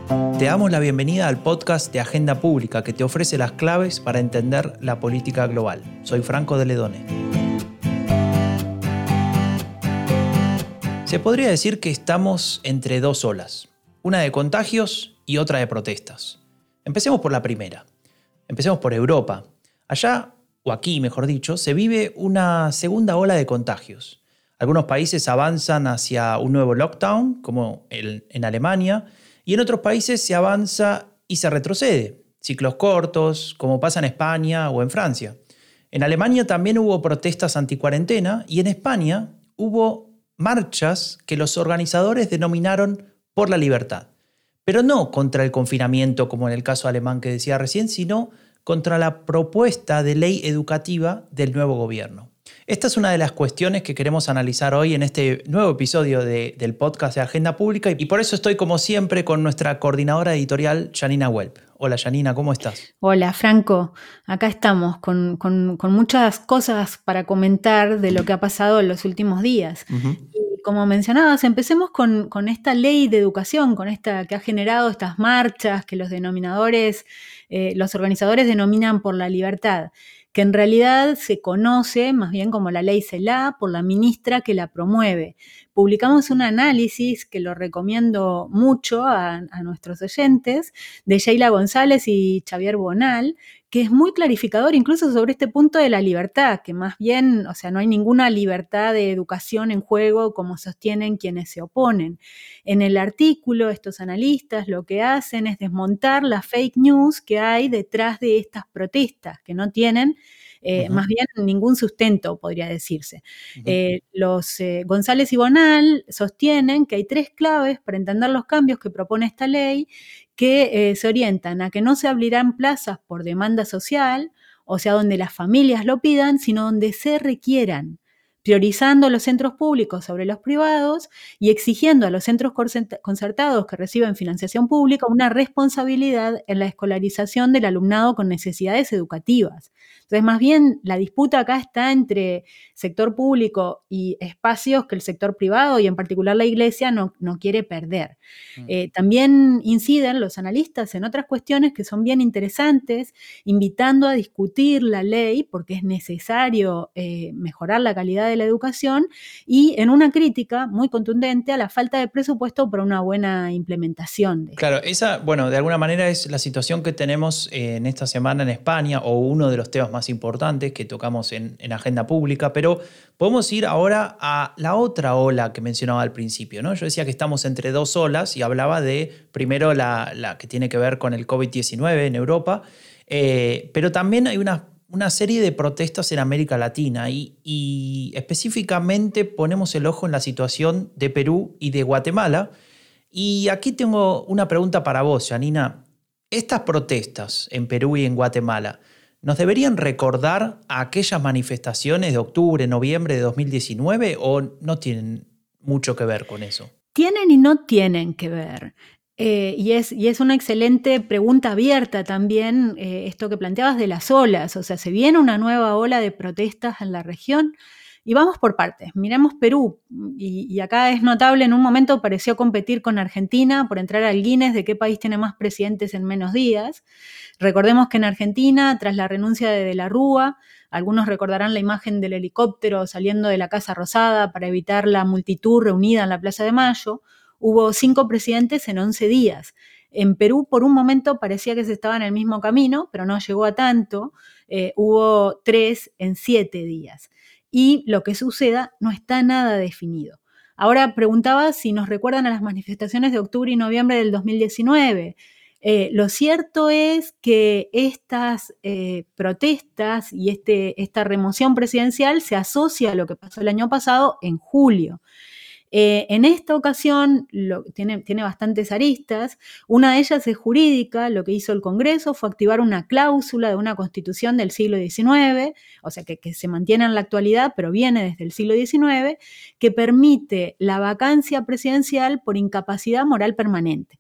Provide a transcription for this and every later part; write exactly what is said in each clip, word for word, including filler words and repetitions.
Te damos la bienvenida al podcast de Agenda Pública que te ofrece las claves para entender la política global. Soy Franco de Ledone. Se podría decir que estamos entre dos olas, una de contagios y otra de protestas. Empecemos por la primera. Empecemos por Europa. Allá, o aquí mejor dicho, se vive una segunda ola de contagios. Algunos países avanzan hacia un nuevo lockdown, como el, en Alemania, y en otros países se avanza y se retrocede. Ciclos cortos, como pasa en España o en Francia. En Alemania también hubo protestas anticuarentena y en España hubo marchas que los organizadores denominaron por la libertad. Pero no contra el confinamiento, como en el caso alemán que decía recién, sino contra la propuesta de ley educativa del nuevo gobierno. Esta es una de las cuestiones que queremos analizar hoy en este nuevo episodio de, del podcast de Agenda Pública y por eso estoy como siempre con nuestra coordinadora editorial, Janina Welp. Hola Janina, ¿cómo estás? Hola Franco, acá estamos con, con, con muchas cosas para comentar de lo que ha pasado en los últimos días. Uh-huh. Y como mencionabas, empecemos con, con esta ley de educación, con esta que ha generado estas marchas que los denominadores, eh, los organizadores denominan por la libertad, que en realidad se conoce más bien como la ley CELA por la ministra que la promueve. Publicamos un análisis que lo recomiendo mucho a, a nuestros oyentes, de Sheila González y Xavier Bonal, que es muy clarificador incluso sobre este punto de la libertad, que más bien, o sea, no hay ninguna libertad de educación en juego como sostienen quienes se oponen. En el artículo, estos analistas lo que hacen es desmontar la fake news que hay detrás de estas protestas, que no tienen Eh, uh-huh. más bien ningún sustento, podría decirse. Uh-huh. Eh, los eh, González y Bonal sostienen que hay tres claves para entender los cambios que propone esta ley que eh, se orientan a que no se abrirán plazas por demanda social, o sea, donde las familias lo pidan, sino donde se requieran, priorizando los centros públicos sobre los privados y exigiendo a los centros concertados que reciben financiación pública una responsabilidad en la escolarización del alumnado con necesidades educativas. Entonces, más bien, la disputa acá está entre sector público y espacios que el sector privado y en particular la iglesia no, no quiere perder. Mm. Eh, también inciden los analistas en otras cuestiones que son bien interesantes, invitando a discutir la ley porque es necesario eh, mejorar la calidad de la educación y en una crítica muy contundente a la falta de presupuesto para una buena implementación. De claro, esa, bueno, de alguna manera es la situación que tenemos en esta semana en España o uno de los temas más importantes que tocamos en, en Agenda Pública, pero podemos ir ahora a la otra ola que mencionaba al principio, ¿no? Yo decía que estamos entre dos olas y hablaba de, primero, la, la que tiene que ver con el covid diecinueve en Europa, eh, pero también hay una una serie de protestas en América Latina y, y específicamente ponemos el ojo en la situación de Perú y de Guatemala. Y aquí tengo una pregunta para vos, Janina. ¿Estas protestas en Perú y en Guatemala nos deberían recordar a aquellas manifestaciones de octubre, noviembre de dos mil diecinueve o no tienen mucho que ver con eso? Tienen y no tienen que ver. Eh, y, es, y es una excelente pregunta abierta también, eh, esto que planteabas de las olas, o sea, se viene una nueva ola de protestas en la región y vamos por partes. Miremos Perú y, y acá es notable, en un momento pareció competir con Argentina por entrar al Guinness de qué país tiene más presidentes en menos días. Recordemos que en Argentina, tras la renuncia de De la Rúa, algunos recordarán la imagen del helicóptero saliendo de la Casa Rosada para evitar la multitud reunida en la Plaza de Mayo. Hubo cinco presidentes en once días. En Perú, por un momento, parecía que se estaba en el mismo camino, pero no llegó a tanto. Eh, hubo tres en siete días. Y lo que suceda no está nada definido. Ahora preguntaba si nos recuerdan a las manifestaciones de octubre y noviembre del dos mil diecinueve. Eh, lo cierto es que estas eh, protestas y este, esta remoción presidencial se asocia a lo que pasó el año pasado en julio. Eh, en esta ocasión lo, tiene, tiene bastantes aristas. Una de ellas es jurídica. Lo que hizo el Congreso fue activar una cláusula de una constitución del siglo diecinueve, o sea que, que se mantiene en la actualidad, pero viene desde el siglo diecinueve, que permite la vacancia presidencial por incapacidad moral permanente.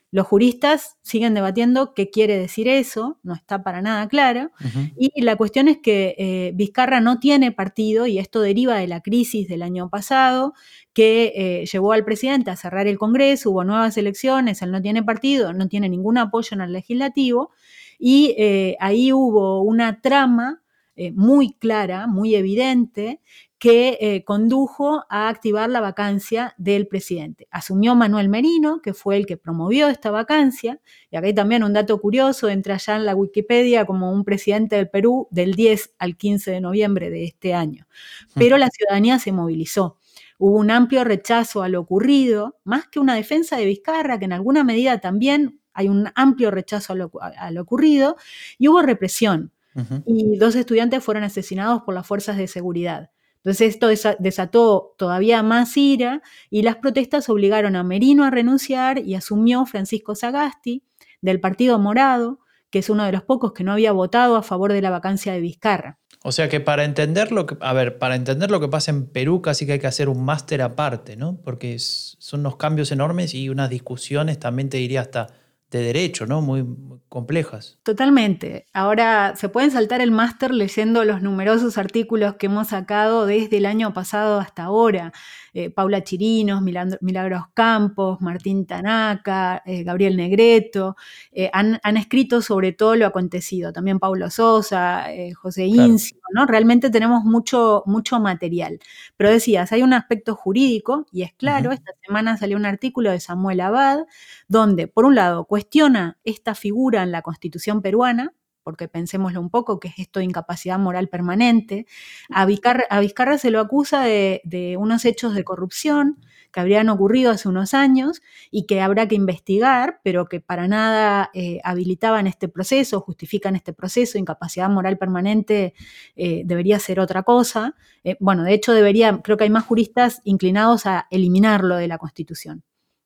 Los juristas siguen debatiendo qué quiere decir eso, no está para nada claro. Uh-huh. Y la cuestión es que eh, Vizcarra no tiene partido, y esto deriva de la crisis del año pasado, que eh, llevó al presidente a cerrar el Congreso, hubo nuevas elecciones, él no tiene partido, no tiene ningún apoyo en el legislativo, y eh, ahí hubo una trama eh, muy clara, muy evidente, que eh, condujo a activar la vacancia del presidente. Asumió Manuel Merino, que fue el que promovió esta vacancia, y acá hay también un dato curioso, entra ya en la Wikipedia como un presidente del Perú del diez al quince de noviembre de este año. Pero la ciudadanía se movilizó. Hubo un amplio rechazo a lo ocurrido, más que una defensa de Vizcarra, que en alguna medida también hay un amplio rechazo a lo, a lo ocurrido, y hubo represión. Uh-huh. Y dos estudiantes fueron asesinados por las fuerzas de seguridad. Entonces esto desató todavía más ira y las protestas obligaron a Merino a renunciar y asumió Francisco Sagasti del Partido Morado, que es uno de los pocos que no había votado a favor de la vacancia de Vizcarra. O sea que para entender lo que, a ver, para entender lo que pasa en Perú casi que hay que hacer un máster aparte, ¿no? Porque es, son unos cambios enormes y unas discusiones también te diría hasta de derecho, ¿no? Muy, muy complejas. Totalmente. Ahora se pueden saltar el máster leyendo los numerosos artículos que hemos sacado desde el año pasado hasta ahora. Eh, Paula Chirinos, Milagros Campos, Martín Tanaka, eh, Gabriel Negreto, eh, han, han escrito sobre todo lo acontecido. También Paulo Sosa, eh, José Incio, claro. ¿no? Realmente tenemos mucho, mucho material. Pero decías, hay un aspecto jurídico, y es claro, uh-huh. Esta semana salió un artículo de Samuel Abad, donde, por un lado, cuestiona esta figura en la Constitución peruana, porque pensémoslo un poco, que es esto de incapacidad moral permanente. A Vizcarra, a Vizcarra se lo acusa de, de unos hechos de corrupción que habrían ocurrido hace unos años y que habrá que investigar, pero que para nada eh, habilitaban este proceso, justifican este proceso. Incapacidad moral permanente eh, debería ser otra cosa. Eh, bueno, de hecho, debería, creo que hay más juristas inclinados a eliminarlo de la Constitución.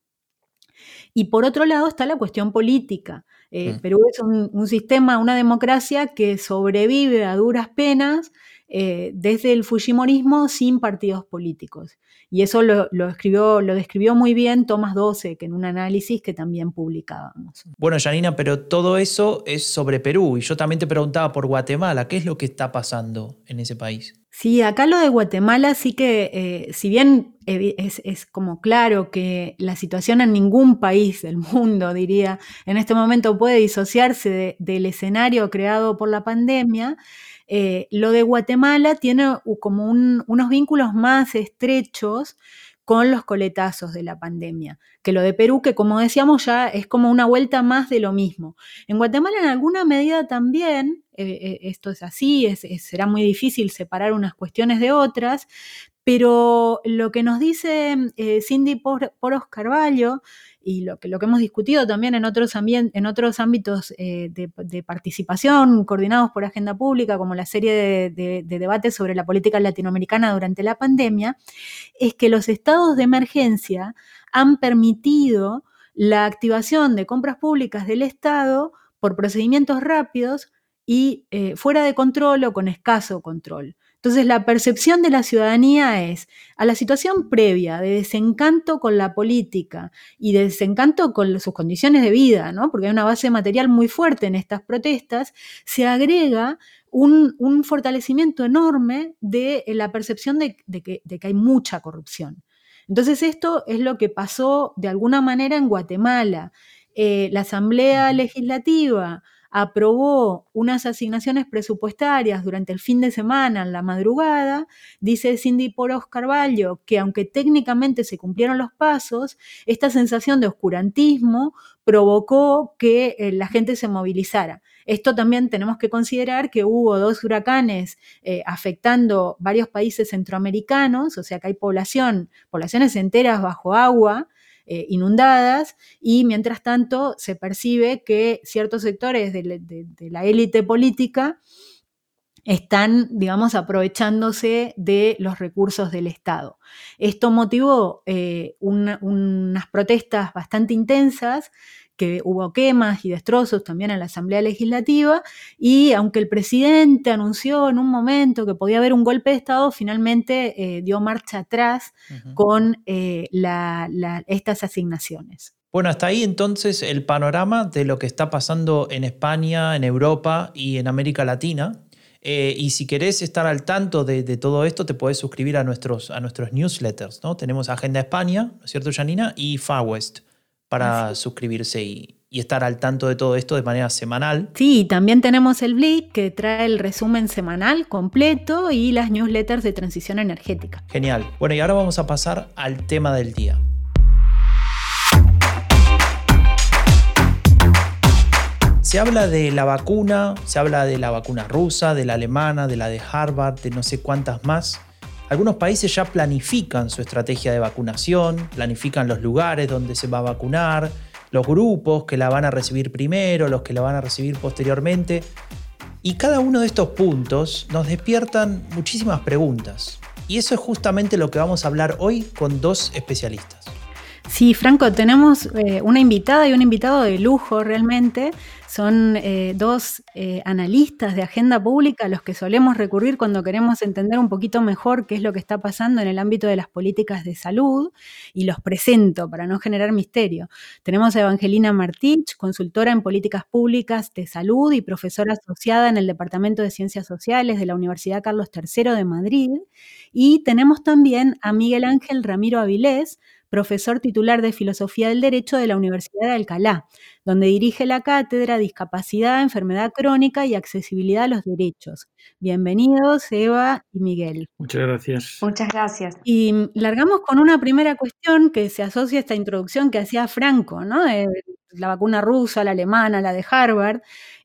Y por otro lado está la cuestión política. Eh, mm. Perú es un, un sistema, una democracia que sobrevive a duras penas eh, desde el fujimorismo sin partidos políticos. Y eso lo, lo, escribió, lo describió muy bien Tomás Doce, que en un análisis que también publicábamos. Bueno, Janina, pero todo eso es sobre Perú. Y yo también te preguntaba por Guatemala. ¿Qué es lo que está pasando en ese país? Sí, acá lo de Guatemala sí que, eh, si bien es, es como claro que la situación en ningún país del mundo, diría, en este momento puede disociarse de, del escenario creado por la pandemia, eh, lo de Guatemala tiene como un, unos vínculos más estrechos con los coletazos de la pandemia, que lo de Perú, que como decíamos ya es como una vuelta más de lo mismo. En Guatemala en alguna medida también, eh, esto es así, es, es, será muy difícil separar unas cuestiones de otras, pero lo que nos dice eh, Cindy Poros Carvalho, y lo que, lo que hemos discutido también en otros, ambient, en otros ámbitos eh, de, de participación coordinados por Agenda Pública, como la serie de, de, de debates sobre la política latinoamericana durante la pandemia, es que los estados de emergencia han permitido la activación de compras públicas del Estado por procedimientos rápidos y eh, fuera de control o con escaso control. Entonces, la percepción de la ciudadanía es, a la situación previa de desencanto con la política y de desencanto con sus condiciones de vida, ¿no? Porque hay una base material muy fuerte en estas protestas, se agrega un, un fortalecimiento enorme de la percepción de, de, que, de que hay mucha corrupción. Entonces, esto es lo que pasó de alguna manera en Guatemala. Eh, la Asamblea Legislativa aprobó unas asignaciones presupuestarias durante el fin de semana, en la madrugada. Dice Cindy Poros Carvalho que aunque técnicamente se cumplieron los pasos, esta sensación de oscurantismo provocó que eh, la gente se movilizara. Esto también tenemos que considerar que hubo dos huracanes eh, afectando varios países centroamericanos, o sea que hay población, poblaciones enteras bajo agua, Eh, inundadas, y mientras tanto se percibe que ciertos sectores de, de, de la élite política están, digamos, aprovechándose de los recursos del Estado. Esto motivó eh, una, unas protestas bastante intensas, que hubo quemas y destrozos también en la Asamblea Legislativa, y aunque el presidente anunció en un momento que podía haber un golpe de Estado, finalmente eh, dio marcha atrás uh-huh. con eh, la, la, estas asignaciones. Bueno, hasta ahí entonces el panorama de lo que está pasando en España, en Europa y en América Latina. Eh, y si querés estar al tanto de, de todo esto, te podés suscribir a nuestros, a nuestros newsletters, ¿no? Tenemos Agenda España, ¿no es cierto, Janina? Y Far West para Así. suscribirse y, y estar al tanto de todo esto de manera semanal. Sí, también tenemos el Blick, que trae el resumen semanal completo y las newsletters de transición energética. Genial. Bueno, y ahora vamos a pasar al tema del día. Se habla de la vacuna, se habla de la vacuna rusa, de la alemana, de la de Harvard, de no sé cuántas más. Algunos países ya planifican su estrategia de vacunación, planifican los lugares donde se va a vacunar, los grupos que la van a recibir primero, los que la van a recibir posteriormente. Y cada uno de estos puntos nos despiertan muchísimas preguntas. Y eso es justamente lo que vamos a hablar hoy con dos especialistas. Sí, Franco, tenemos eh, una invitada y un invitado de lujo realmente. Son eh, dos eh, analistas de agenda pública a los que solemos recurrir cuando queremos entender un poquito mejor qué es lo que está pasando en el ámbito de las políticas de salud, y los presento para no generar misterio. Tenemos a Evangelina Martich, consultora en políticas públicas de salud y profesora asociada en el Departamento de Ciencias Sociales de la Universidad Carlos tercero de Madrid. Y tenemos también a Miguel Ángel Ramiro Avilés, profesor titular de Filosofía del Derecho de la Universidad de Alcalá, donde dirige la cátedra Discapacidad, Enfermedad Crónica y Accesibilidad a los Derechos. Bienvenidos, Eva y Miguel. Muchas gracias. Muchas gracias. Y largamos con una primera cuestión que se asocia a esta introducción que hacía Franco, ¿no? De la vacuna rusa, la alemana, la de Harvard.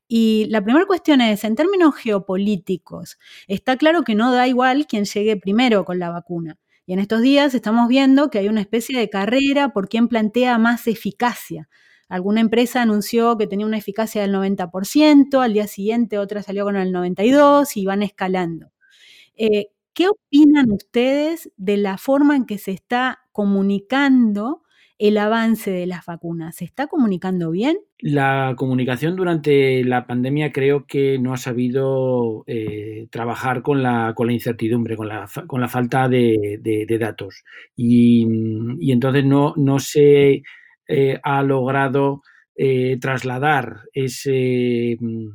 Y la primera cuestión es, en términos geopolíticos, está claro que no da igual quién llegue primero con la vacuna. Y en estos días estamos viendo que hay una especie de carrera por quién plantea más eficacia. Alguna empresa anunció que tenía una eficacia del noventa por ciento, al día siguiente otra salió con el noventa y dos por ciento y van escalando. Eh, ¿Qué opinan ustedes de la forma en que se está comunicando el avance de las vacunas? ¿Se está comunicando bien? La comunicación durante la pandemia creo que no ha sabido eh, trabajar con la, con la incertidumbre, con la, con la falta de, de, de datos. Y, y entonces no, no se eh, ha logrado eh, trasladar ese,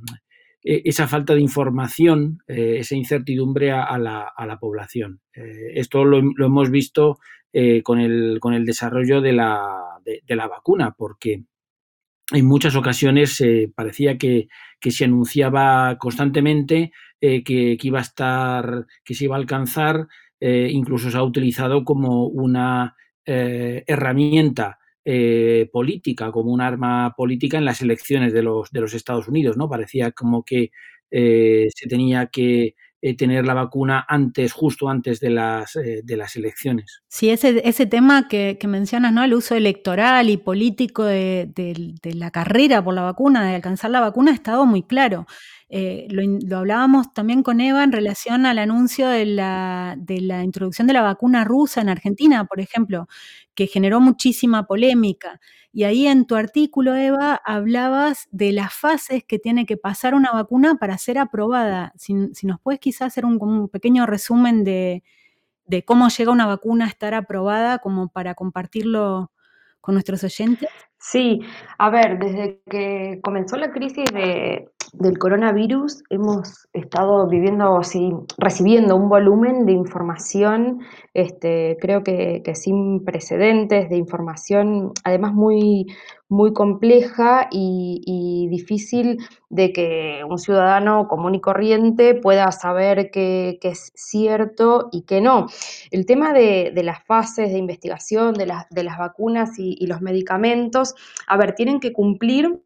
esa falta de información, eh, esa incertidumbre a, a, la, a la población. Eh, esto lo, lo hemos visto eh, con, el, con el desarrollo de la, de, de la vacuna, porque en muchas ocasiones eh, parecía que, que se anunciaba constantemente eh, que, que iba a estar, que se iba a alcanzar, eh, incluso se ha utilizado como una eh, herramienta eh, política, como un arma política en las elecciones de los, de los Estados Unidos, ¿no? Parecía como que eh, se tenía que eh, tener la vacuna antes, justo antes de las, eh, de las elecciones. Sí, ese, ese tema que, que mencionas, ¿no? El uso electoral y político de, de, de la carrera por la vacuna, de alcanzar la vacuna, ha estado muy claro. Eh, lo, lo hablábamos también con Eva en relación al anuncio de la, de la introducción de la vacuna rusa en Argentina, por ejemplo, que generó muchísima polémica. Y ahí en tu artículo, Eva, hablabas de las fases que tiene que pasar una vacuna para ser aprobada. Si, si nos puedes quizás hacer un, un pequeño resumen de, de cómo llega una vacuna a estar aprobada, como para compartirlo con nuestros oyentes. Sí, a ver, desde que comenzó la crisis de, del coronavirus hemos estado viviendo, sí, recibiendo un volumen de información, este, creo que, que sin precedentes, de información además muy, muy compleja y, y difícil de que un ciudadano común y corriente pueda saber qué es cierto y qué no. El tema de, de las fases de investigación de las, de las vacunas y, y los medicamentos, a ver, tienen que cumplir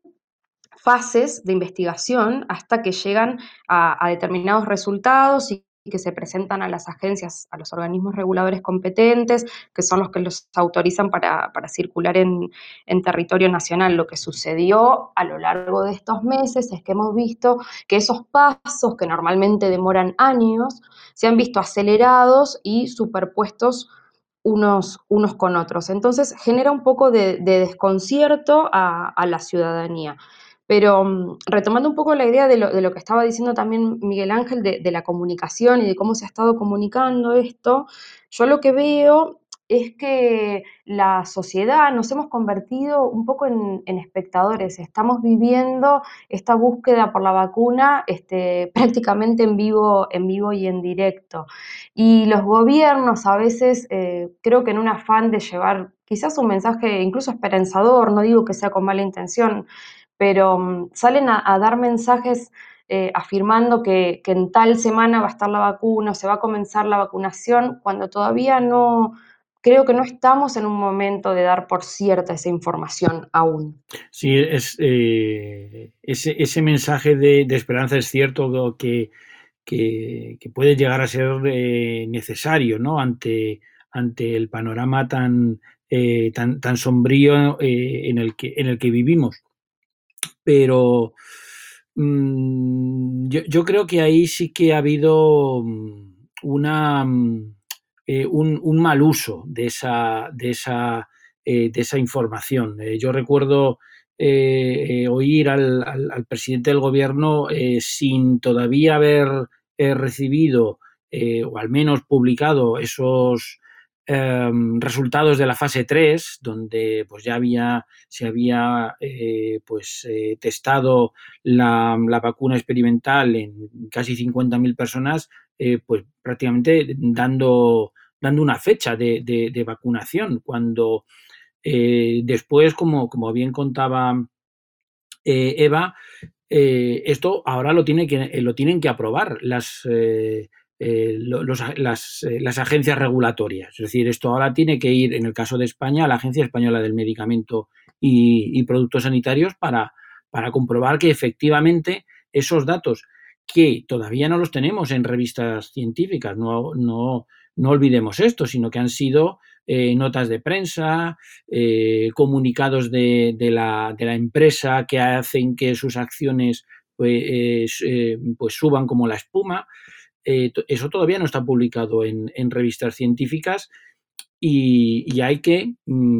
fases de investigación hasta que llegan a, a determinados resultados y que se presentan a las agencias, a los organismos reguladores competentes, que son los que los autorizan para, para circular en, en territorio nacional. Lo que sucedió a lo largo de estos meses es que hemos visto que esos pasos, que normalmente demoran años, se han visto acelerados y superpuestos unos, unos con otros. Entonces genera un poco de, de desconcierto a, a la ciudadanía. Pero retomando un poco la idea de lo, de lo que estaba diciendo también Miguel Ángel, de, de la comunicación y de cómo se ha estado comunicando esto, yo lo que veo es que la sociedad nos hemos convertido un poco en, en espectadores. Estamos viviendo esta búsqueda por la vacuna este, prácticamente en vivo, en vivo y en directo. Y los gobiernos a veces, eh, creo que en un afán de llevar quizás un mensaje incluso esperanzador, no digo que sea con mala intención, pero um, salen a, a dar mensajes eh, afirmando que, que en tal semana va a estar la vacuna, o se va a comenzar la vacunación, cuando todavía no, creo que no estamos en un momento de dar por cierta esa información aún. Sí, es, eh, ese, ese mensaje de, de esperanza es cierto que, que, que puede llegar a ser eh, necesario, ¿no? Ante, ante el panorama tan, eh, tan, tan sombrío eh, en, el que, en el que vivimos. Pero mmm, yo, yo creo que ahí sí que ha habido una, eh, un, un mal uso de esa, de esa, eh, de esa información. Eh, yo recuerdo eh, eh, oír al, al, al, presidente del gobierno eh, sin todavía haber eh, recibido eh, o al menos publicado esos eh, resultados de la fase tres, donde pues ya había, se había eh, pues, eh, testado la, la, vacuna experimental en casi cincuenta mil personas, eh, pues prácticamente dando, dando una fecha de, de, de vacunación, cuando eh, después, como, como bien contaba eh, Eva, eh, esto ahora lo, tiene que, lo tienen que aprobar las, eh, eh, los, las, eh, las agencias regulatorias. Es decir, esto ahora tiene que ir, en el caso de España, a la Agencia Española del Medicamento y, y Productos Sanitarios para, para comprobar que efectivamente esos datos, que todavía no los tenemos en revistas científicas, no, no, no olvidemos esto, sino que han sido eh, notas de prensa, eh, comunicados de, de, la, de la empresa que hacen que sus acciones pues, eh, pues suban como la espuma. Eh, eso todavía no está publicado en, en revistas científicas y, y hay que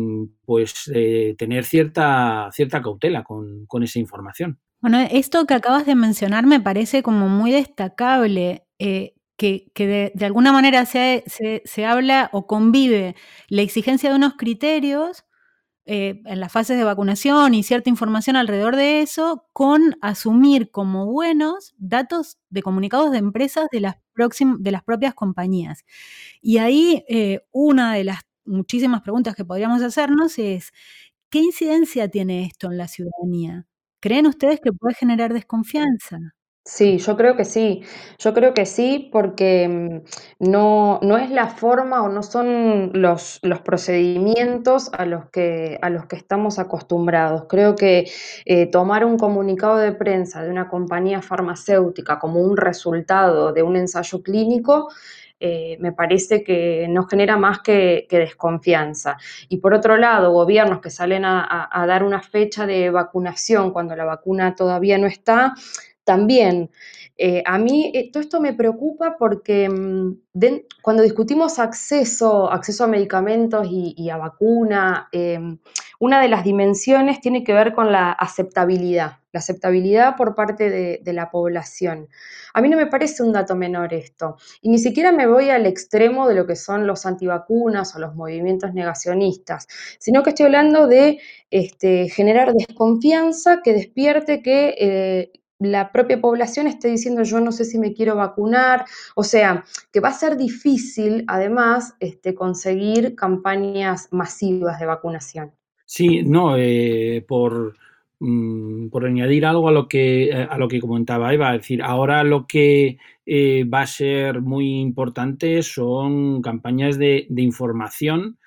pues, eh, tener cierta, cierta cautela con, con esa información. Bueno, esto que acabas de mencionar me parece como muy destacable, eh, que, que de, de alguna manera se, se, se habla o convive la exigencia de unos criterios eh, en las fases de vacunación y cierta información alrededor de eso, con asumir como buenos datos de comunicados de empresas de las, próxim, de las propias compañías. Y ahí eh, una de las muchísimas preguntas que podríamos hacernos es, ¿qué incidencia tiene esto en la ciudadanía? ¿Creen ustedes que puede generar desconfianza? Sí, yo creo que sí, yo creo que sí, porque no, no es la forma o no son los, los procedimientos a los, que, a los que estamos acostumbrados. Creo que eh, tomar un comunicado de prensa de una compañía farmacéutica como un resultado de un ensayo clínico, Eh, me parece que no genera más que, que desconfianza. Y por otro lado, gobiernos que salen a, a, a dar una fecha de vacunación cuando la vacuna todavía no está, también. Eh, a mí eh, todo esto me preocupa porque mmm, de, cuando discutimos acceso, acceso a medicamentos y, y a vacuna, eh, una de las dimensiones tiene que ver con la aceptabilidad, la aceptabilidad por parte de, de la población. A mí no me parece un dato menor esto, y ni siquiera me voy al extremo de lo que son los antivacunas o los movimientos negacionistas, sino que estoy hablando de este, generar desconfianza que despierte que eh, la propia población esté diciendo yo no sé si me quiero vacunar, o sea, que va a ser difícil además este, conseguir campañas masivas de vacunación. Sí, no, eh, por, mm, por añadir algo a lo que a lo que comentaba Eva, es decir, ahora lo que eh, va a ser muy importante son campañas de, de información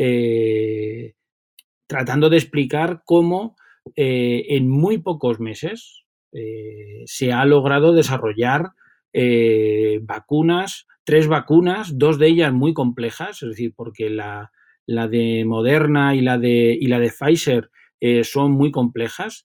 eh, tratando de explicar cómo eh, en muy pocos meses eh, se ha logrado desarrollar eh, vacunas, tres vacunas, dos de ellas muy complejas, es decir, porque la, la de Moderna y la de, y la de Pfizer eh, son muy complejas.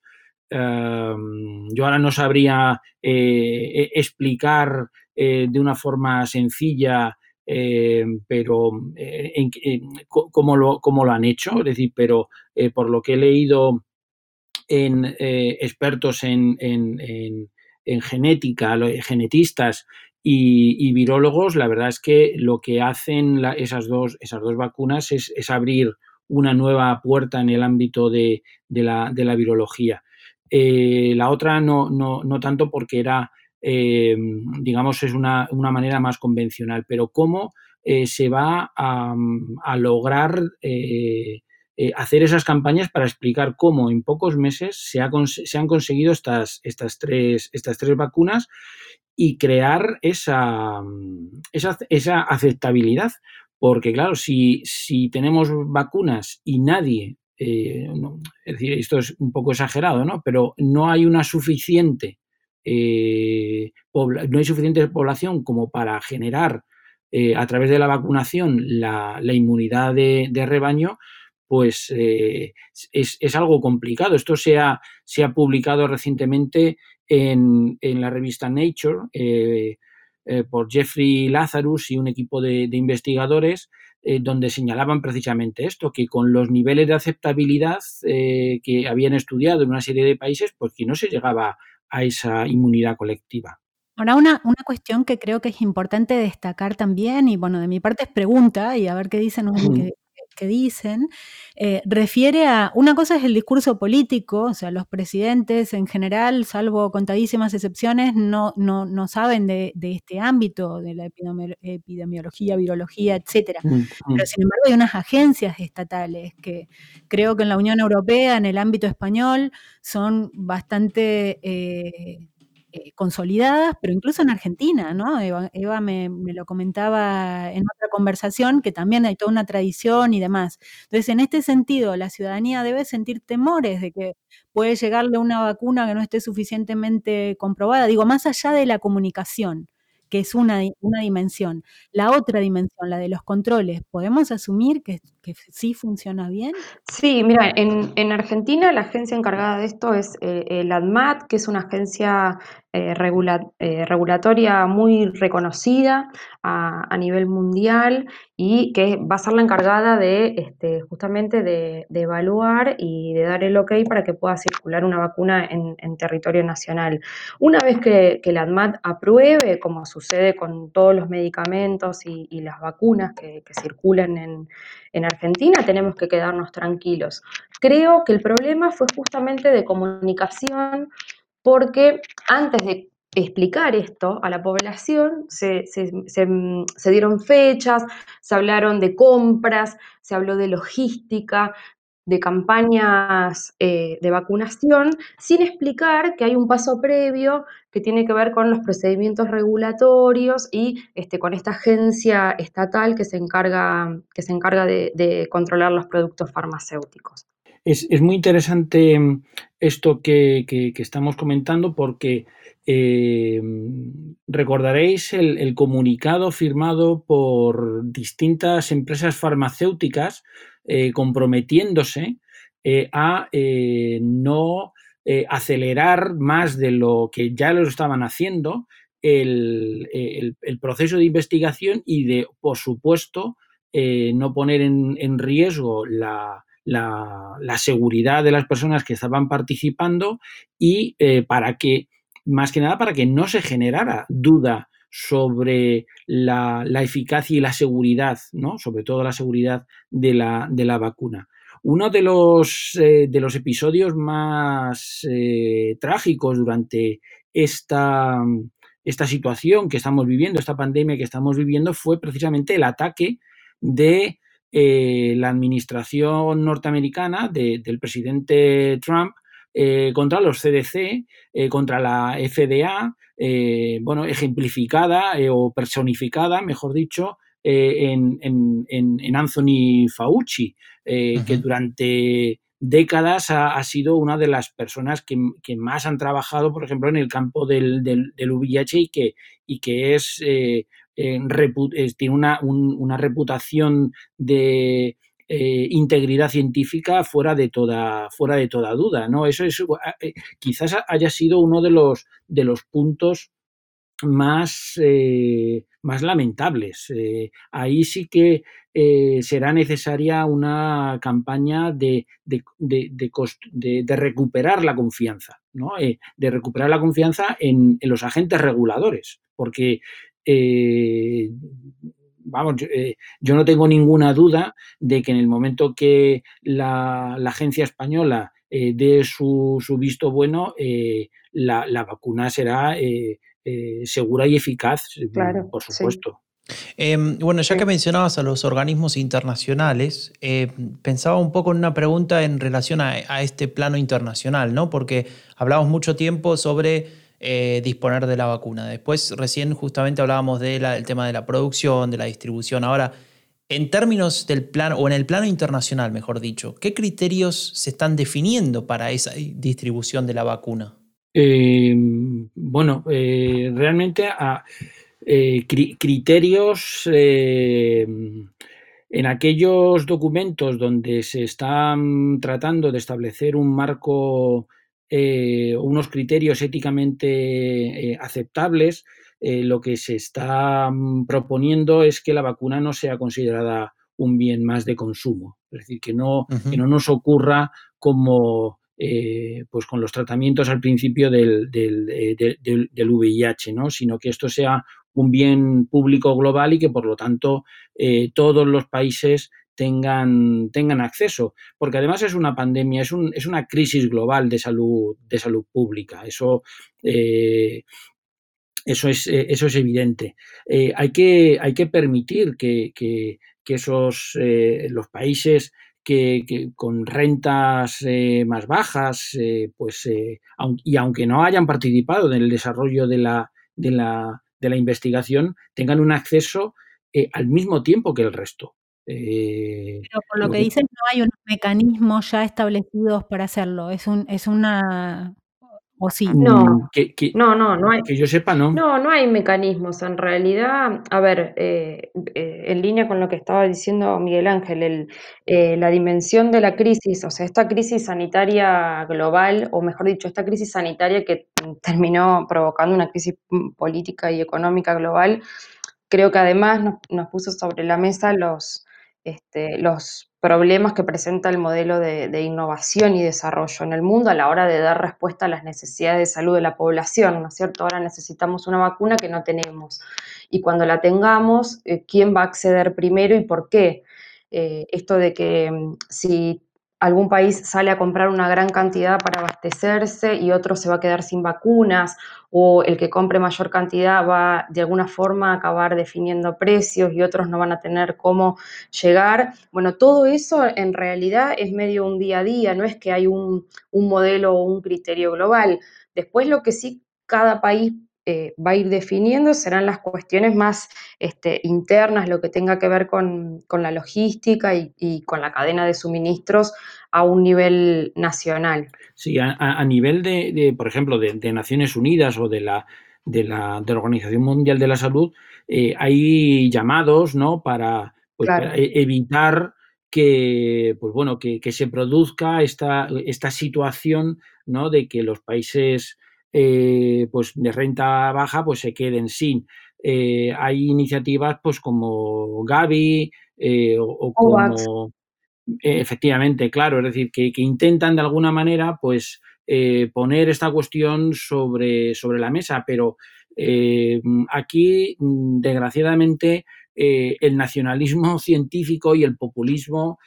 Um, yo ahora no sabría eh, explicar eh, de una forma sencilla eh, pero eh, en, en, cómo, lo, cómo lo han hecho, es decir, pero eh, por lo que he leído en eh, expertos en, en, en, en genética, genetistas y, y virólogos, la verdad es que lo que hacen la, esas, dos, esas dos vacunas es, es abrir una nueva puerta en el ámbito de, de, la, de la virología. Eh, la otra no, no, no tanto porque era, eh, digamos, es una, una manera más convencional, pero cómo eh, se va a, a lograr eh, eh, hacer esas campañas para explicar cómo en pocos meses se, ha, se han conseguido estas, estas, tres, estas tres vacunas y crear esa, esa, esa aceptabilidad. Porque, claro, si, si tenemos vacunas y nadie, eh, no, es decir, esto es un poco exagerado, ¿no? Pero no hay una suficiente, eh, no hay suficiente población como para generar eh, a través de la vacunación la, la inmunidad de, de rebaño, pues eh, es, es algo complicado. Esto se ha, se ha publicado recientemente en, en la revista Nature, eh, eh, por Jeffrey Lazarus y un equipo de, de investigadores, eh, donde señalaban precisamente esto, que con los niveles de aceptabilidad eh, que habían estudiado en una serie de países, pues que no se llegaba a esa inmunidad colectiva. Ahora, una, una cuestión que creo que es importante destacar también, y bueno, de mi parte es pregunta, y a ver qué dicen, qué, qué dicen, eh, refiere a, una cosa es el discurso político, o sea, los presidentes en general, salvo contadísimas excepciones, no, no, no saben de, de este ámbito, de la epidemi- epidemiología, virología, etcétera. Mm, mm. Pero sin embargo hay unas agencias estatales que creo que en la Unión Europea, en el ámbito español, son bastante... Eh, Eh, consolidadas, pero incluso en Argentina, ¿no? Eva, Eva me, me lo comentaba en otra conversación, que también hay toda una tradición y demás. Entonces, en este sentido, la ciudadanía debe sentir temores de que puede llegarle una vacuna que no esté suficientemente comprobada. Digo, más allá de la comunicación, que es una, una dimensión. La otra dimensión, la de los controles, ¿podemos asumir que, que sí funciona bien? Sí, mira, en, en Argentina la agencia encargada de esto es eh, el ADMAT, que es una agencia eh, regula, eh, regulatoria muy reconocida a, a nivel mundial y que va a ser la encargada de este, justamente de, de evaluar y de dar el ok para que pueda circular una vacuna en, en territorio nacional. Una vez que, que el ADMAT apruebe, como sucede con todos los medicamentos y, y las vacunas que, que circulan en, en Argentina, tenemos que quedarnos tranquilos. Creo que el problema fue justamente de comunicación, porque antes de explicar esto a la población, se, se, se, se dieron fechas, se hablaron de compras, se habló de logística, de campañas eh, de vacunación, sin explicar que hay un paso previo que tiene que ver con los procedimientos regulatorios y este, con esta agencia estatal que se encarga, que se encarga de, de controlar los productos farmacéuticos. Es, es muy interesante esto que, que, que estamos comentando porque eh, recordaréis el, el comunicado firmado por distintas empresas farmacéuticas eh, comprometiéndose eh, a eh, no eh, acelerar más de lo que ya lo estaban haciendo el, el, el proceso de investigación y de, por supuesto, eh, no poner en, en riesgo la La, la seguridad de las personas que estaban participando y eh, para que, más que nada, para que no se generara duda sobre la, la eficacia y la seguridad, ¿no? Sobre todo la seguridad de la, de la vacuna. Uno de los, eh, de los episodios más eh, trágicos durante esta, esta situación que estamos viviendo, esta pandemia que estamos viviendo, fue precisamente el ataque de Eh, la administración norteamericana de, del presidente Trump eh, contra los C D C, eh, contra la F D A, eh, bueno, ejemplificada eh, o personificada, mejor dicho, eh, en, en, en Anthony Fauci, eh, uh-huh. que durante décadas ha, ha sido una de las personas que, que más han trabajado, por ejemplo, en el campo del, del, del V I H y que, y que es... Eh, Eh, repu- eh, tiene una, un, una reputación de eh, integridad científica fuera de toda, fuera de toda duda, ¿no? Eso es, eh, quizás haya sido uno de los, de los puntos más, eh, más lamentables. Eh, ahí sí que eh, será necesaria una campaña de, de, de, de, cost- de, de recuperar la confianza, ¿no? Eh, de recuperar la confianza en, en los agentes reguladores, porque eh, vamos, yo, eh, yo no tengo ninguna duda de que en el momento que la, la agencia española eh, dé su, su visto bueno, eh, la, la vacuna será eh, eh, segura y eficaz, Claro, por sí. supuesto. Eh, bueno, ya Sí. que mencionabas a los organismos internacionales, eh, pensaba un poco en una pregunta en relación a, a este plano internacional, ¿no? Porque hablamos mucho tiempo sobre eh, disponer de la vacuna. Después, recién justamente hablábamos del tema de la producción, de la distribución. Ahora, en términos del plano, o en el plano internacional, mejor dicho, ¿qué criterios se están definiendo para esa distribución de la vacuna? Eh, bueno, eh, realmente a, eh, cri criterios eh, en aquellos documentos donde se están tratando de establecer un marco, eh, unos criterios éticamente eh, aceptables, eh, lo que se está proponiendo es que la vacuna no sea considerada un bien más de consumo. Es decir, que no, Uh-huh. que no nos ocurra como eh, pues con los tratamientos al principio del, del, del, del, del V I H, ¿no? Sino que esto sea un bien público global y que por lo tanto eh, todos los países tengan, tengan acceso, porque además es una pandemia, es, un, es una crisis global de salud, de salud pública. Eso, eh, eso, es, eso es evidente. Eh, hay, que, hay que permitir que, que, que esos, eh, los países que, que, con rentas eh, más bajas, eh, pues, eh, aun, y aunque no hayan participado en el desarrollo de la, de la, de la investigación, tengan un acceso eh, al mismo tiempo que el resto. Eh, Pero por lo que dicen, no hay unos mecanismos ya establecidos para hacerlo. Es un, es una. ¿O sí? No, que, que, no, no, no hay. que yo sepa, no. No, no hay mecanismos. En realidad, a ver, eh, eh, en línea con lo que estaba diciendo Miguel Ángel, el, eh, la dimensión de la crisis, o sea, esta crisis sanitaria global, o mejor dicho, esta crisis sanitaria que terminó provocando una crisis política y económica global, creo que además nos, nos puso sobre la mesa los, este, los problemas que presenta el modelo de, de innovación y desarrollo en el mundo a la hora de dar respuesta a las necesidades de salud de la población, ¿no es cierto? Ahora necesitamos una vacuna que no tenemos. Y cuando la tengamos, eh, ¿quién va a acceder primero y por qué? Eh, esto de que mm, si algún país sale a comprar una gran cantidad para abastecerse y otro se va a quedar sin vacunas, o el que compre mayor cantidad va de alguna forma a acabar definiendo precios y otros no van a tener cómo llegar. Bueno, todo eso en realidad es medio un día a día, no es que hay un, un modelo o un criterio global. Después lo que sí cada país eh, va a ir definiendo serán las cuestiones más este, internas, lo que tenga que ver con, con la logística y, y con la cadena de suministros a un nivel nacional. Sí, a, a nivel de, de, por ejemplo, de, de Naciones Unidas o de la, de la, de la Organización Mundial de la Salud, eh, hay llamados, ¿no? Para, pues, Claro. para evitar que, pues bueno, que, que se produzca esta, esta situación, ¿no? De que los países eh, pues de renta baja pues se queden sin. Eh, hay iniciativas pues como Gavi eh, o, o como... Efectivamente, claro, es decir, que, que intentan de alguna manera pues eh, poner esta cuestión sobre, sobre la mesa, pero eh, aquí, desgraciadamente, eh, el nacionalismo científico y el populismo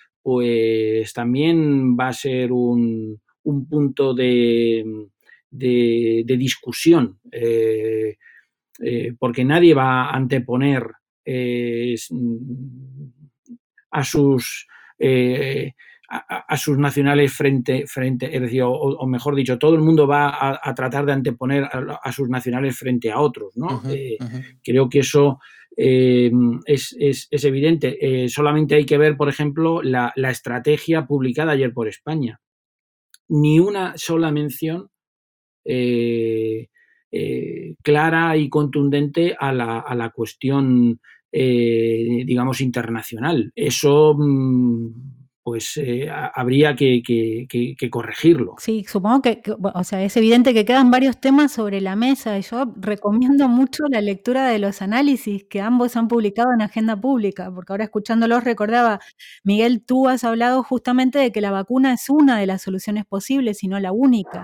pues también va a ser un, un punto de, de, de discusión, eh, eh, porque nadie va a anteponer eh, a sus eh, a, a, sus nacionales frente, frente es decir, o, o, mejor dicho, todo el mundo va a, a tratar de anteponer a, a, sus nacionales frente a otros, ¿no? Uh-huh, eh, uh-huh. Creo que eso eh, es, es, es, evidente. Eh, solamente hay que ver, por ejemplo, la, la estrategia publicada ayer por España. Ni una sola mención eh, eh, clara y contundente a la, a la cuestión eh, digamos, internacional. Eso, pues, eh, habría que, que, que, que, corregirlo. Sí, supongo que, que, o sea, es evidente que quedan varios temas sobre la mesa. Y yo recomiendo mucho la lectura de los análisis que ambos han publicado en Agenda Pública, porque ahora escuchándolos recordaba, Miguel, tú has hablado justamente de que la vacuna es una de las soluciones posibles y no la única.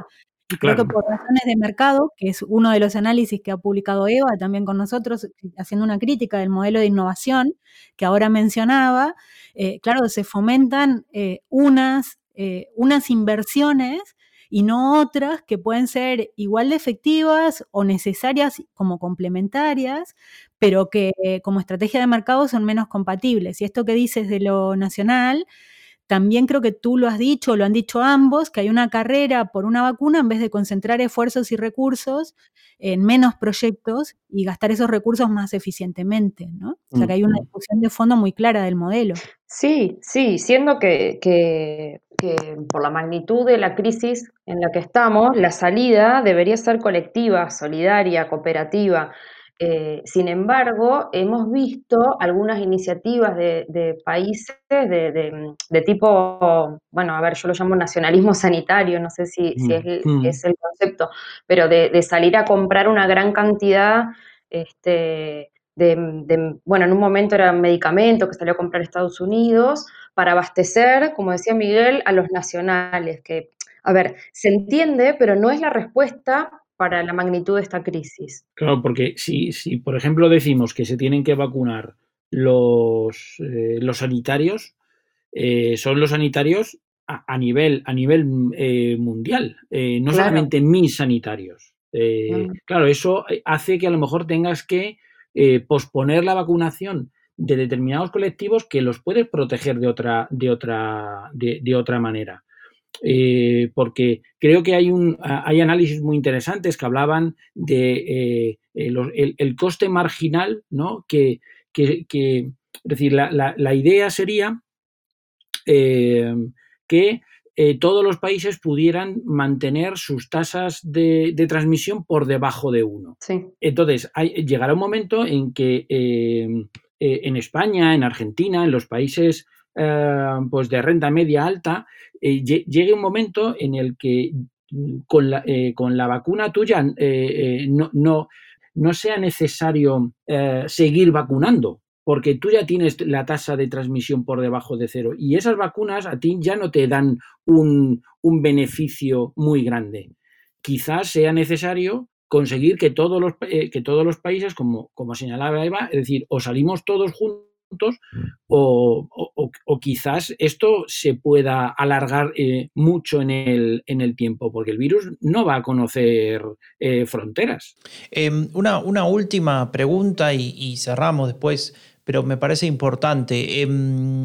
Y creo Claro. que por razones de mercado, que es uno de los análisis que ha publicado Eva también con nosotros, haciendo una crítica del modelo de innovación que ahora mencionaba, eh, claro, se fomentan eh, unas, eh, unas inversiones y no otras que pueden ser igual de efectivas o necesarias como complementarias, pero que eh, como estrategia de mercado son menos compatibles. Y esto que dices de lo nacional, también creo que tú lo has dicho, lo han dicho ambos, que hay una carrera por una vacuna en vez de concentrar esfuerzos y recursos en menos proyectos y gastar esos recursos más eficientemente, ¿no? O sea, que hay una discusión de fondo muy clara del modelo. Sí, sí, siendo que, que, que por la magnitud de la crisis en la que estamos, la salida debería ser colectiva, solidaria, cooperativa. Eh, sin embargo, hemos visto algunas iniciativas de, de países de, de, de tipo, bueno, a ver, yo lo llamo nacionalismo sanitario, no sé si, si es, el, Mm. es el concepto, pero de, de salir a comprar una gran cantidad, este, de, de, bueno, en un momento eran medicamentos que salió a comprar Estados Unidos para abastecer, como decía Miguel, a los nacionales, que, a ver, se entiende, pero no es la respuesta para la magnitud de esta crisis. Claro, porque si, si por ejemplo, decimos que se tienen que vacunar los, eh, los sanitarios, eh, son los sanitarios a, a nivel, a nivel eh, mundial, eh, no Claro. solamente mis sanitarios. Eh, Mm. Claro, eso hace que a lo mejor tengas que eh, posponer la vacunación de determinados colectivos que los puedes proteger de otra, de otra, de, de otra manera. Eh, porque creo que hay, un, hay análisis muy interesantes que hablaban de eh, el, el, el coste marginal, ¿no? Que, que, que es decir, la, la, la idea sería eh, que eh, todos los países pudieran mantener sus tasas de, de transmisión por debajo de uno. Sí. Entonces, hay, llegará un momento en que eh, eh, en España, en Argentina, en los países eh, pues de renta media alta, eh, llegue un momento en el que con la, eh, con la vacuna tuya eh, eh, no, no, no sea necesario eh, seguir vacunando, porque tú ya tienes la tasa de transmisión por debajo de cero y esas vacunas a ti ya no te dan un, un beneficio muy grande. Quizás sea necesario conseguir que todos los, eh, que todos los países, como, como señalaba Eva, es decir, o salimos todos juntos o, o, o quizás esto se pueda alargar eh, mucho en el, en el tiempo, porque el virus no va a conocer eh, fronteras. Eh, una, una última pregunta y, y cerramos después, pero me parece importante. Eh,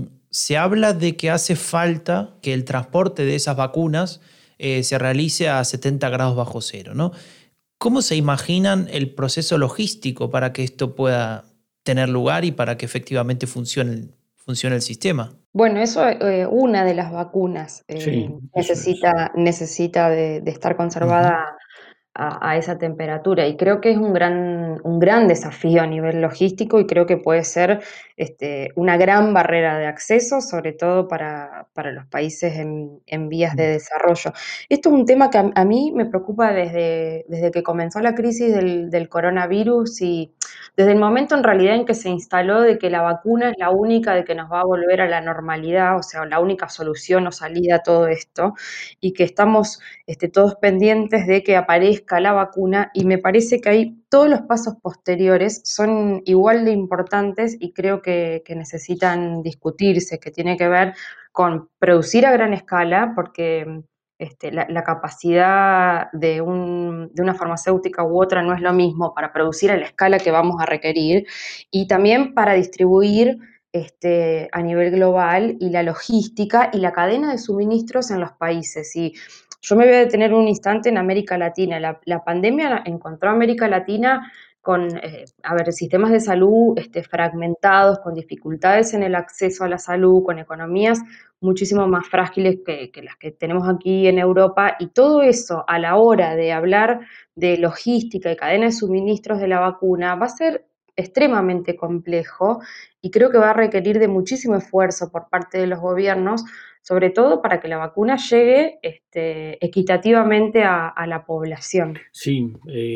se habla de que hace falta que el transporte de esas vacunas eh, se realice a setenta grados bajo cero, ¿no? ¿Cómo se imaginan el proceso logístico para que esto pueda tener lugar y para que efectivamente funcione, funcione el sistema? Bueno, eso, eh, una de las vacunas eh, Sí, eso necesita, necesita de, de estar conservada Uh-huh. a, a esa temperatura y creo que es un gran, un gran desafío a nivel logístico y creo que puede ser este, una gran barrera de acceso, sobre todo para, para los países en, en vías de desarrollo. Esto es un tema que a, a mí me preocupa desde, desde que comenzó la crisis del, del coronavirus y desde el momento en realidad en que se instaló de que la vacuna es la única de que nos va a volver a la normalidad, o sea, la única solución o salida a todo esto, y que estamos este, todos pendientes de que aparezca la vacuna, y me parece que hay todos los pasos posteriores son igual de importantes y creo que, que necesitan discutirse, que tiene que ver con producir a gran escala, porque Este, la, la capacidad de, un, de una farmacéutica u otra no es lo mismo para producir a la escala que vamos a requerir y también para distribuir este, a nivel global y la logística y la cadena de suministros en los países. Y yo me voy a detener un instante en América Latina. La, la pandemia encontró a América Latina con, eh, a ver, sistemas de salud este, fragmentados, con dificultades en el acceso a la salud, con economías muchísimo más frágiles que, que las que tenemos aquí en Europa, y todo eso a la hora de hablar de logística y cadena de suministros de la vacuna va a ser extremadamente complejo y creo que va a requerir de muchísimo esfuerzo por parte de los gobiernos, sobre todo para que la vacuna llegue este, equitativamente a, a la población. Sí,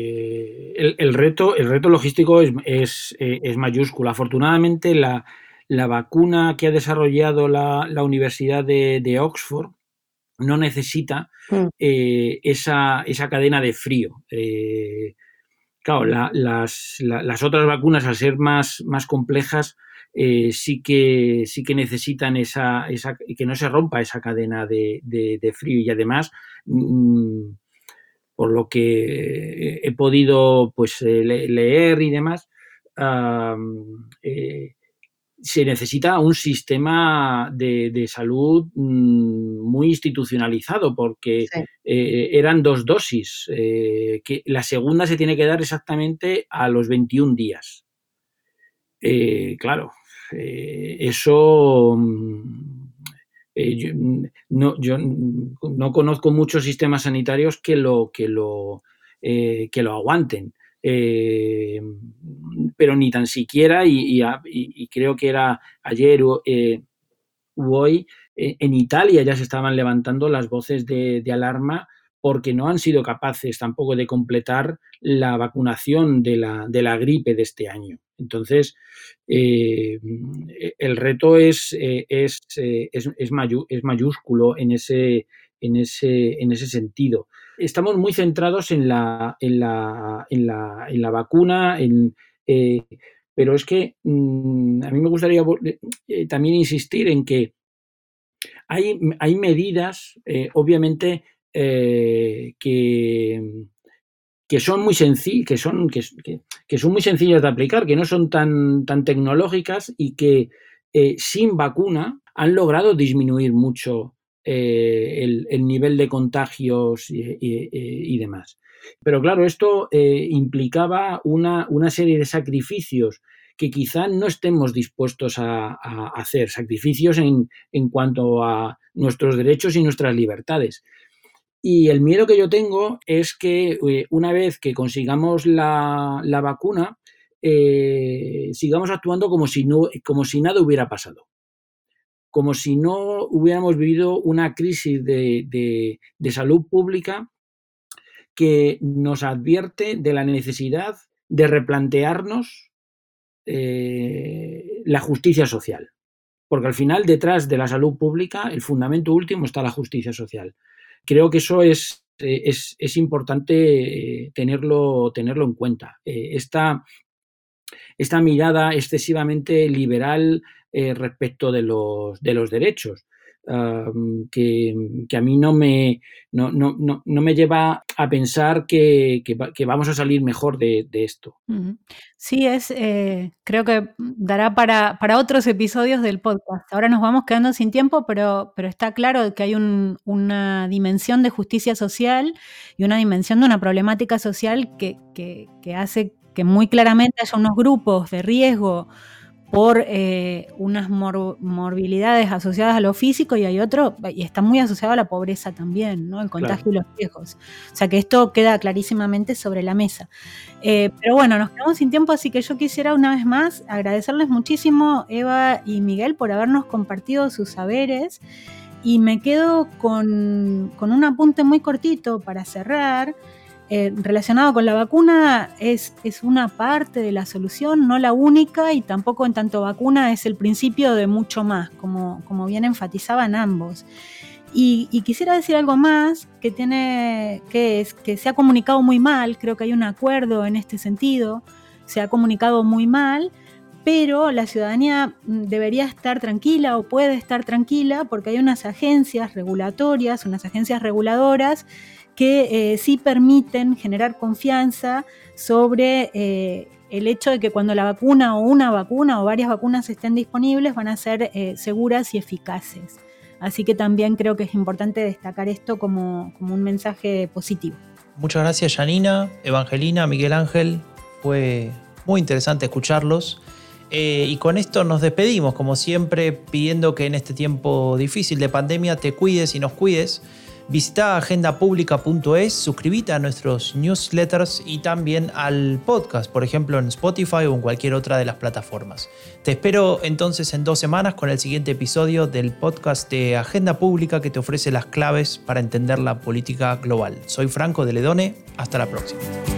eh, el, el, reto, el reto logístico es, es, es mayúsculo. Afortunadamente, la, la vacuna que ha desarrollado la, la Universidad de, de Oxford no necesita Mm. eh, esa, esa cadena de frío. Eh, claro, la, las, la, las otras vacunas, al ser más, más complejas, eh, sí, que, sí que necesitan esa, esa, que no se rompa esa cadena de, de, de frío. Y además, mmm, por lo que he podido pues, leer y demás, um, eh, se necesita un sistema de, de salud mmm, muy institucionalizado, porque Sí. eh, eran dos dosis, eh, que la segunda se tiene que dar exactamente a los veintiún días. Eh, claro, eh, eso... Eh, yo, no, yo no conozco muchos sistemas sanitarios que lo, que lo, eh, que lo aguanten. Eh, pero ni tan siquiera, y, y, y creo que era ayer eh, u hoy, eh, en Italia ya se estaban levantando las voces de, de alarma porque no han sido capaces tampoco de completar la vacunación de la, de la gripe de este año. Entonces, eh, el reto es, eh, es, eh, es, es, mayu, es mayúsculo en ese, en, ese, en ese sentido. Estamos muy centrados en la, en la, en la, en la vacuna, en, eh, pero es que mmm, a mí me gustaría eh, también insistir en que hay, hay medidas, eh, obviamente, eh, que, que son muy sencillas, que son, que, que, que son muy sencillas de aplicar, que no son tan, tan tecnológicas y que eh, sin vacuna han logrado disminuir mucho eh, el, el nivel de contagios y, y, y demás. Pero claro, esto eh, implicaba una, una serie de sacrificios que quizá no estemos dispuestos a, a hacer, sacrificios en, en cuanto a nuestros derechos y nuestras libertades. Y el miedo que yo tengo es que eh, una vez que consigamos la, la vacuna, eh, sigamos actuando como si, no, como si nada hubiera pasado. Como si no hubiéramos vivido una crisis de, de, de salud pública que nos advierte de la necesidad de replantearnos eh, la justicia social. Porque al final, detrás de la salud pública, el fundamento último está la justicia social. Creo que eso es, es, es importante tenerlo, tenerlo en cuenta. Esta, esta mirada excesivamente liberal eh, respecto de los, de los derechos, uh, que, que a mí no me, no, no, no, no me lleva a pensar que, que, que vamos a salir mejor de, de esto. Sí, es, eh, creo que dará para, para otros episodios del podcast. Ahora nos vamos quedando sin tiempo, pero, pero está claro que hay un, una dimensión de justicia social y una dimensión de una problemática social que, que, que hace que muy claramente haya unos grupos de riesgo por eh, unas mor morbilidades asociadas a lo físico, y hay otro, y está muy asociado a la pobreza también, ¿no? El contagio claro. Y los riesgos. O sea que esto queda clarísimamente sobre la mesa. Eh, pero bueno, nos quedamos sin tiempo, así que yo quisiera una vez más agradecerles muchísimo, Eva y Miguel, por habernos compartido sus saberes, y me quedo con, con un apunte muy cortito para cerrar. Eh, relacionado con la vacuna, es, es una parte de la solución, no la única, y tampoco en tanto vacuna es el principio de mucho más, como, como bien enfatizaban ambos. Y, y quisiera decir algo más que, tiene, que, es, que se ha comunicado muy mal, creo que hay un acuerdo en este sentido, se ha comunicado muy mal, pero la ciudadanía debería estar tranquila o puede estar tranquila porque hay unas agencias regulatorias, unas agencias reguladoras que eh, sí permiten generar confianza sobre eh, el hecho de que cuando la vacuna o una vacuna o varias vacunas estén disponibles van a ser eh, seguras y eficaces. Así que también creo que es importante destacar esto como, como un mensaje positivo. Muchas gracias, Janina, Evangelina, Miguel Ángel. Fue muy interesante escucharlos. Eh, y con esto nos despedimos, como siempre, pidiendo que en este tiempo difícil de pandemia te cuides y nos cuides. Visita agenda pública punto es, suscríbete a nuestros newsletters y también al podcast, por ejemplo en Spotify o en cualquier otra de las plataformas. Te espero entonces en dos semanas con el siguiente episodio del podcast de Agenda Pública que te ofrece las claves para entender la política global. Soy Franco de Ledone, hasta la próxima.